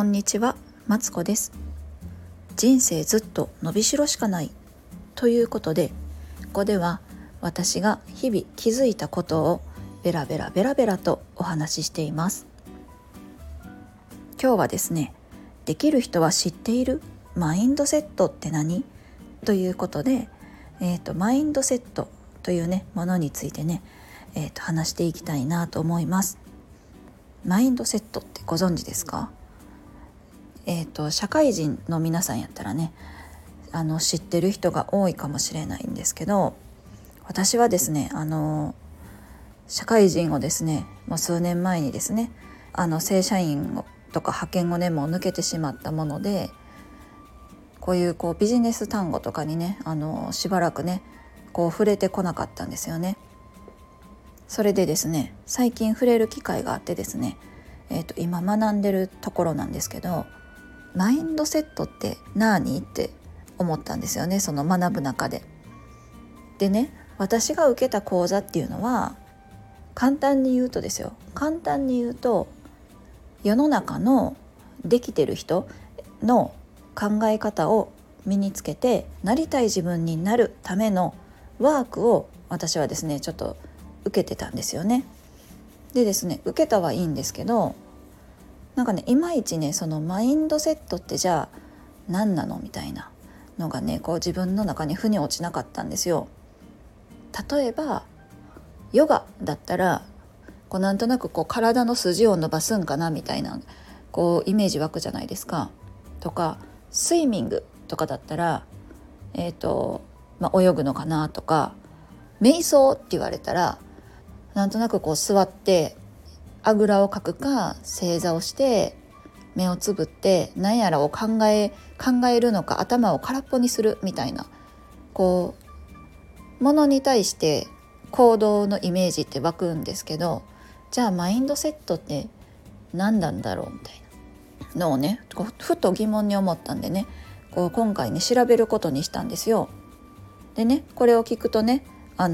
こんにちは、マツコです。人生ずっと伸びしろしかないということで、ここでは私が日々気づいたことをベラベラとお話ししています。今日はですね、できる人は知っているマインドセットって何？ということで、マインドセットというねものについてね、話していきたいなと思います。マインドセットってご存知ですか？社会人の皆さんやったらね知ってる人が多いかもしれないんですけど、私はですね社会人をですねもう数年前にですね正社員とか派遣をねもう抜けてしまったもので、こういうビジネス単語とかにねしばらくね触れてこなかったんですよね。それでですね最近触れる機会があってですね、今学んでるところなんですけど、マインドセットって何って思ったんですよね、その学ぶ中で。でね、私が受けた講座っていうのは簡単に言うと世の中のできてる人の考え方を身につけてなりたい自分になるためのワークを私はですねちょっと受けてたんですよね。でですね受けたはいいんですけど、なんかねいまいちねそのマインドセットってじゃあ何なのみたいなのがね自分の中に腑に落ちなかったんですよ。例えばヨガだったらなんとなく体の筋を伸ばすんかなみたいなイメージ湧くじゃないですか。とかスイミングとかだったら泳ぐのかなとか、瞑想って言われたらなんとなく座ってあぐらをかくか正座をして目をつぶって何やらを考えるのか頭を空っぽにするみたいなものに対して行動のイメージって湧くんですけど、じゃあマインドセットって何なんだろうみたいなのをねふと疑問に思ったんでね今回ね調べることにしたんですよ。でねこれを聞くとね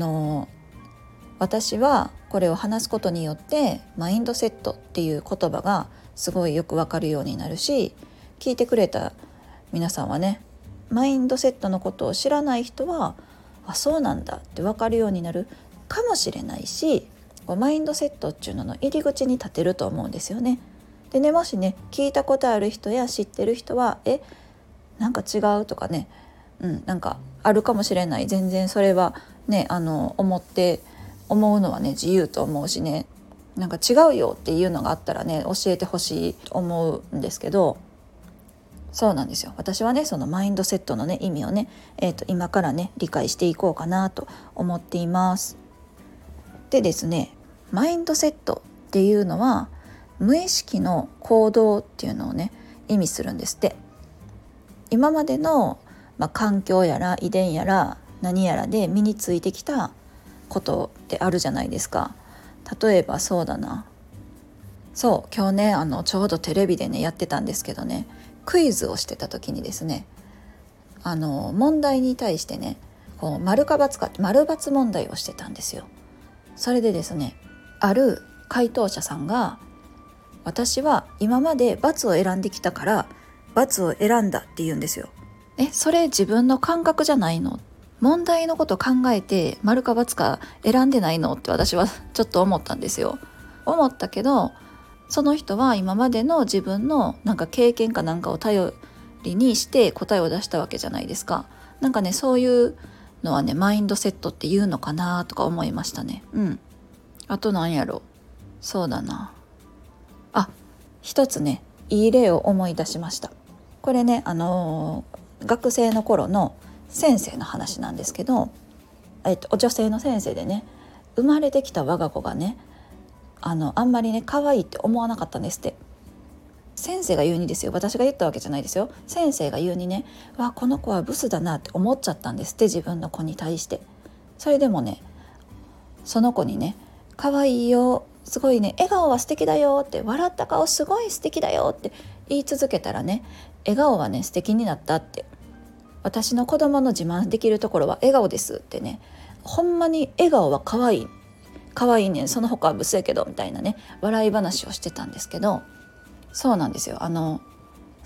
私はこれを話すことによってマインドセットっていう言葉がすごいよくわかるようになるし、聞いてくれた皆さんはねマインドセットのことを知らない人はそうなんだってわかるようになるかもしれないし、マインドセットっていうのの入り口に立てると思うんですよね。でねもしね聞いたことある人や知ってる人はなんか違うとかね、なんかあるかもしれない。全然それはね思うのはね自由と思うしね、なんか違うよっていうのがあったらね教えてほしいと思うんですけど、そうなんですよ。私はねそのマインドセットのね意味をね、今からね理解していこうかなと思っています。でですねマインドセットっていうのは無意識の行動っていうのをね意味するんですって。今までの、環境やら遺伝やら何やらで身についてきたことってあるじゃないですか。例えばそうだな、そう今日ねちょうどテレビでねやってたんですけどね、クイズをしてた時にですね問題に対してね丸か×か丸×問題をしてたんですよ。それでですねある回答者さんが、私は今まで×を選んできたから×を選んだって言うんですよ。それ自分の感覚じゃないの？問題のこと考えて丸か×か選んでないのって私はちょっと思ったんですよ。思ったけどその人は今までの自分のなんか経験かなんかを頼りにして答えを出したわけじゃないですか。なんかねそういうのはねマインドセットっていうのかなとか思いましたね。あとなんやろ、そうだな一つねいい例を思い出しました。これね学生の頃の先生の話なんですけど、女性の先生でね生まれてきた我が子がねあんまりね可愛いって思わなかったんですって。先生が言うにですよ、私が言ったわけじゃないですよ。先生が言うにねこの子はブスだなって思っちゃったんですって、自分の子に対して。それでもねその子にね可愛いよ、すごいね笑顔は素敵だよって、笑った顔すごい素敵だよって言い続けたらね笑顔はね素敵になったって、私の子供の自慢できるところは笑顔ですってね、ほんまに笑顔は可愛いね、その他はブスやけどみたいなね笑い話をしてたんですけど、そうなんですよ。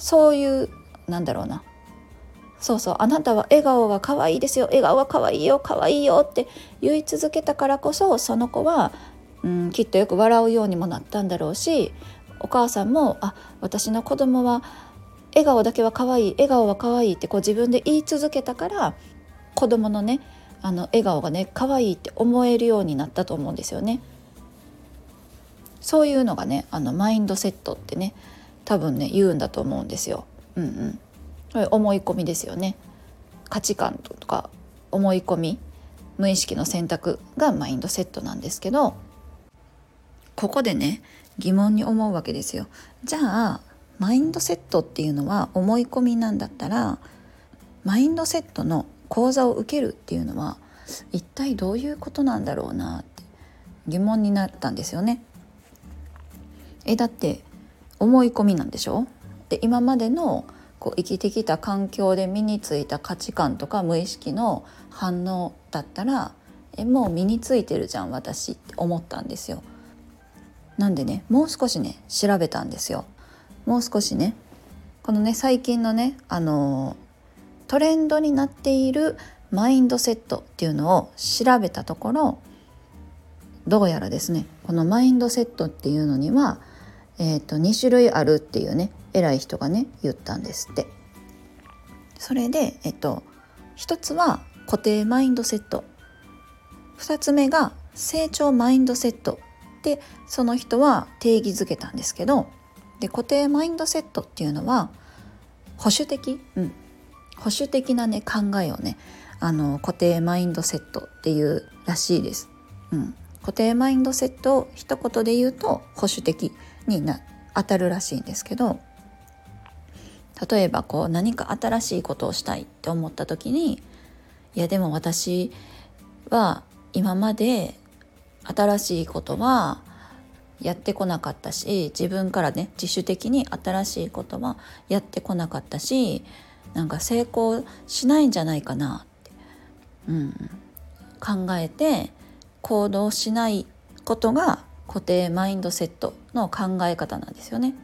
そういうなんだろうな、そうそう、あなたは笑顔が可愛いですよ、笑顔が可愛いよ可愛いよって言い続けたからこそ、その子は、きっとよく笑うようにもなったんだろうし、お母さんも私の子供は笑顔だけは可愛い、笑顔は可愛いってこう自分で言い続けたから、子供のね笑顔がね可愛いって思えるようになったと思うんですよね。そういうのがねマインドセットってね多分ね言うんだと思うんですよ。思い込みですよね。価値観とか思い込み、無意識の選択がマインドセットなんですけど、ここでね疑問に思うわけですよ。じゃあマインドセットっていうのは思い込みなんだったら、マインドセットの講座を受けるっていうのは一体どういうことなんだろうなって疑問になったんですよね。だって思い込みなんでしょ。で今までの生きてきた環境で身についた価値観とか無意識の反応だったら、もう身についてるじゃん私って思ったんですよ。なんでねもう少しね調べたんですよ。もう少しねこのね最近のねトレンドになっているマインドセットっていうのを調べたところ、どうやらですねこのマインドセットっていうのには、2種類あるっていうね偉い人がね言ったんですって。それで、一つは固定マインドセット、二つ目が成長マインドセットでその人は定義づけたんですけど、で固定マインドセットっていうのは保守的、保守的なね考えをね固定マインドセットっていうらしいです。固定マインドセットを一言で言うと保守的に当たるらしいんですけど、例えば何か新しいことをしたいって思った時に、いやでも私は今まで新しいことはやってこなかったし、自分からね自主的に新しいことはやってこなかったし、なんか成功しないんじゃないかなって、考えて行動しないことが固定マインドセットの考え方なんですよね。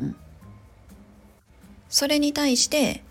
それに対して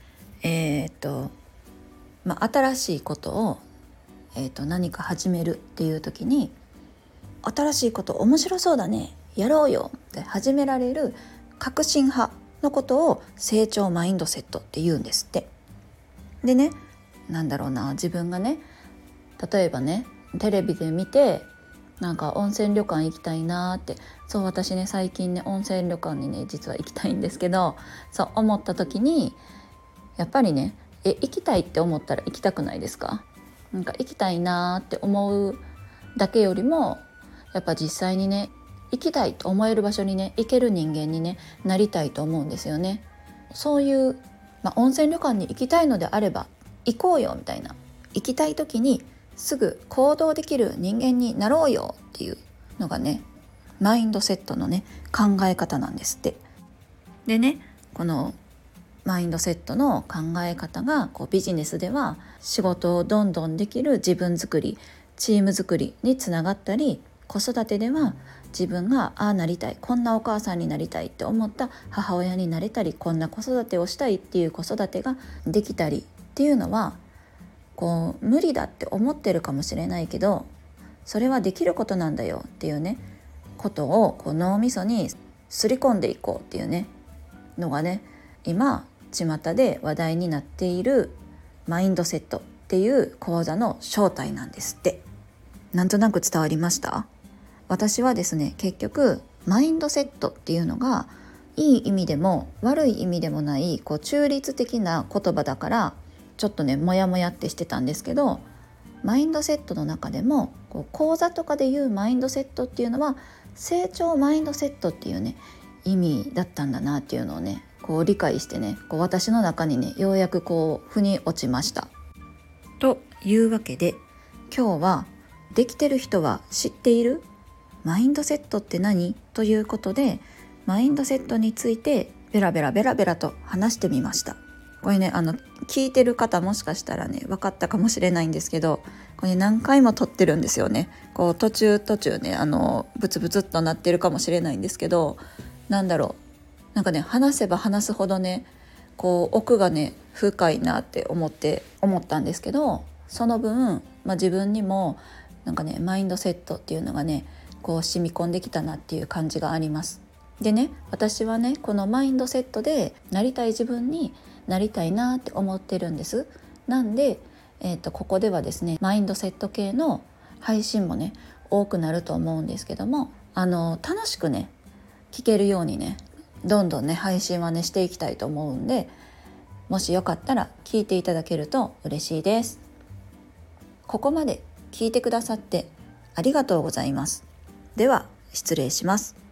新しいことを、何か始めるっていう時に、新しいこと面白そうだねやろうよって始められる革新派のことを成長マインドセットって言うんですって。でね、自分がね例えばねテレビで見てなんか温泉旅館行きたいなって、そう私ね最近ね温泉旅館にね実は行きたいんですけど、そう思った時にやっぱりね行きたいって思ったら行きたくないですか？なんか行きたいなって思うだけよりも、やっぱ実際にね行きたいと思える場所にね行ける人間にねなりたいと思うんですよね。そういう、温泉旅館に行きたいのであれば行こうよみたいな、行きたい時にすぐ行動できる人間になろうよっていうのがねマインドセットのね考え方なんですって。でねこのマインドセットの考え方がビジネスでは仕事をどんどんできる自分作り、チーム作りにつながったり、子育てでは自分がなりたい、こんなお母さんになりたいって思った母親になれたり、こんな子育てをしたいっていう子育てができたりっていうのは無理だって思ってるかもしれないけど、それはできることなんだよっていうねことを脳みそにすり込んでいこうっていうねのがね今巷で話題になっているマインドセットっていう講座の正体なんですって。なんとなく伝わりました？私はですね結局マインドセットっていうのがいい意味でも悪い意味でもない中立的な言葉だからちょっとねモヤモヤってしてたんですけど、マインドセットの中でも講座とかでいうマインドセットっていうのは成長マインドセットっていうね意味だったんだなっていうのをね理解してね私の中にねようやく腑に落ちました。というわけで今日はできてる人は知っているマインドセットって何ということで、マインドセットについてベラベラと話してみました。これね聞いてる方もしかしたらね分かったかもしれないんですけど、これ何回も撮ってるんですよね。途中ねブツブツっとなってるかもしれないんですけど、 なんかね、話せば話すほどね、こう奥がね深いなって思ったんですけど、その分、自分にもなんかねマインドセットっていうのがねこう染み込んできたなっていう感じがあります。でね、私はねこのマインドセットでなりたい自分になりたいなって思ってるんです。なんで、ここではですねマインドセット系の配信もね多くなると思うんですけども、楽しくね聞けるようにねどんどんね配信はねしていきたいと思うんで、もしよかったら聞いていただけると嬉しいです。ここまで聞いてくださってありがとうございます。では失礼します。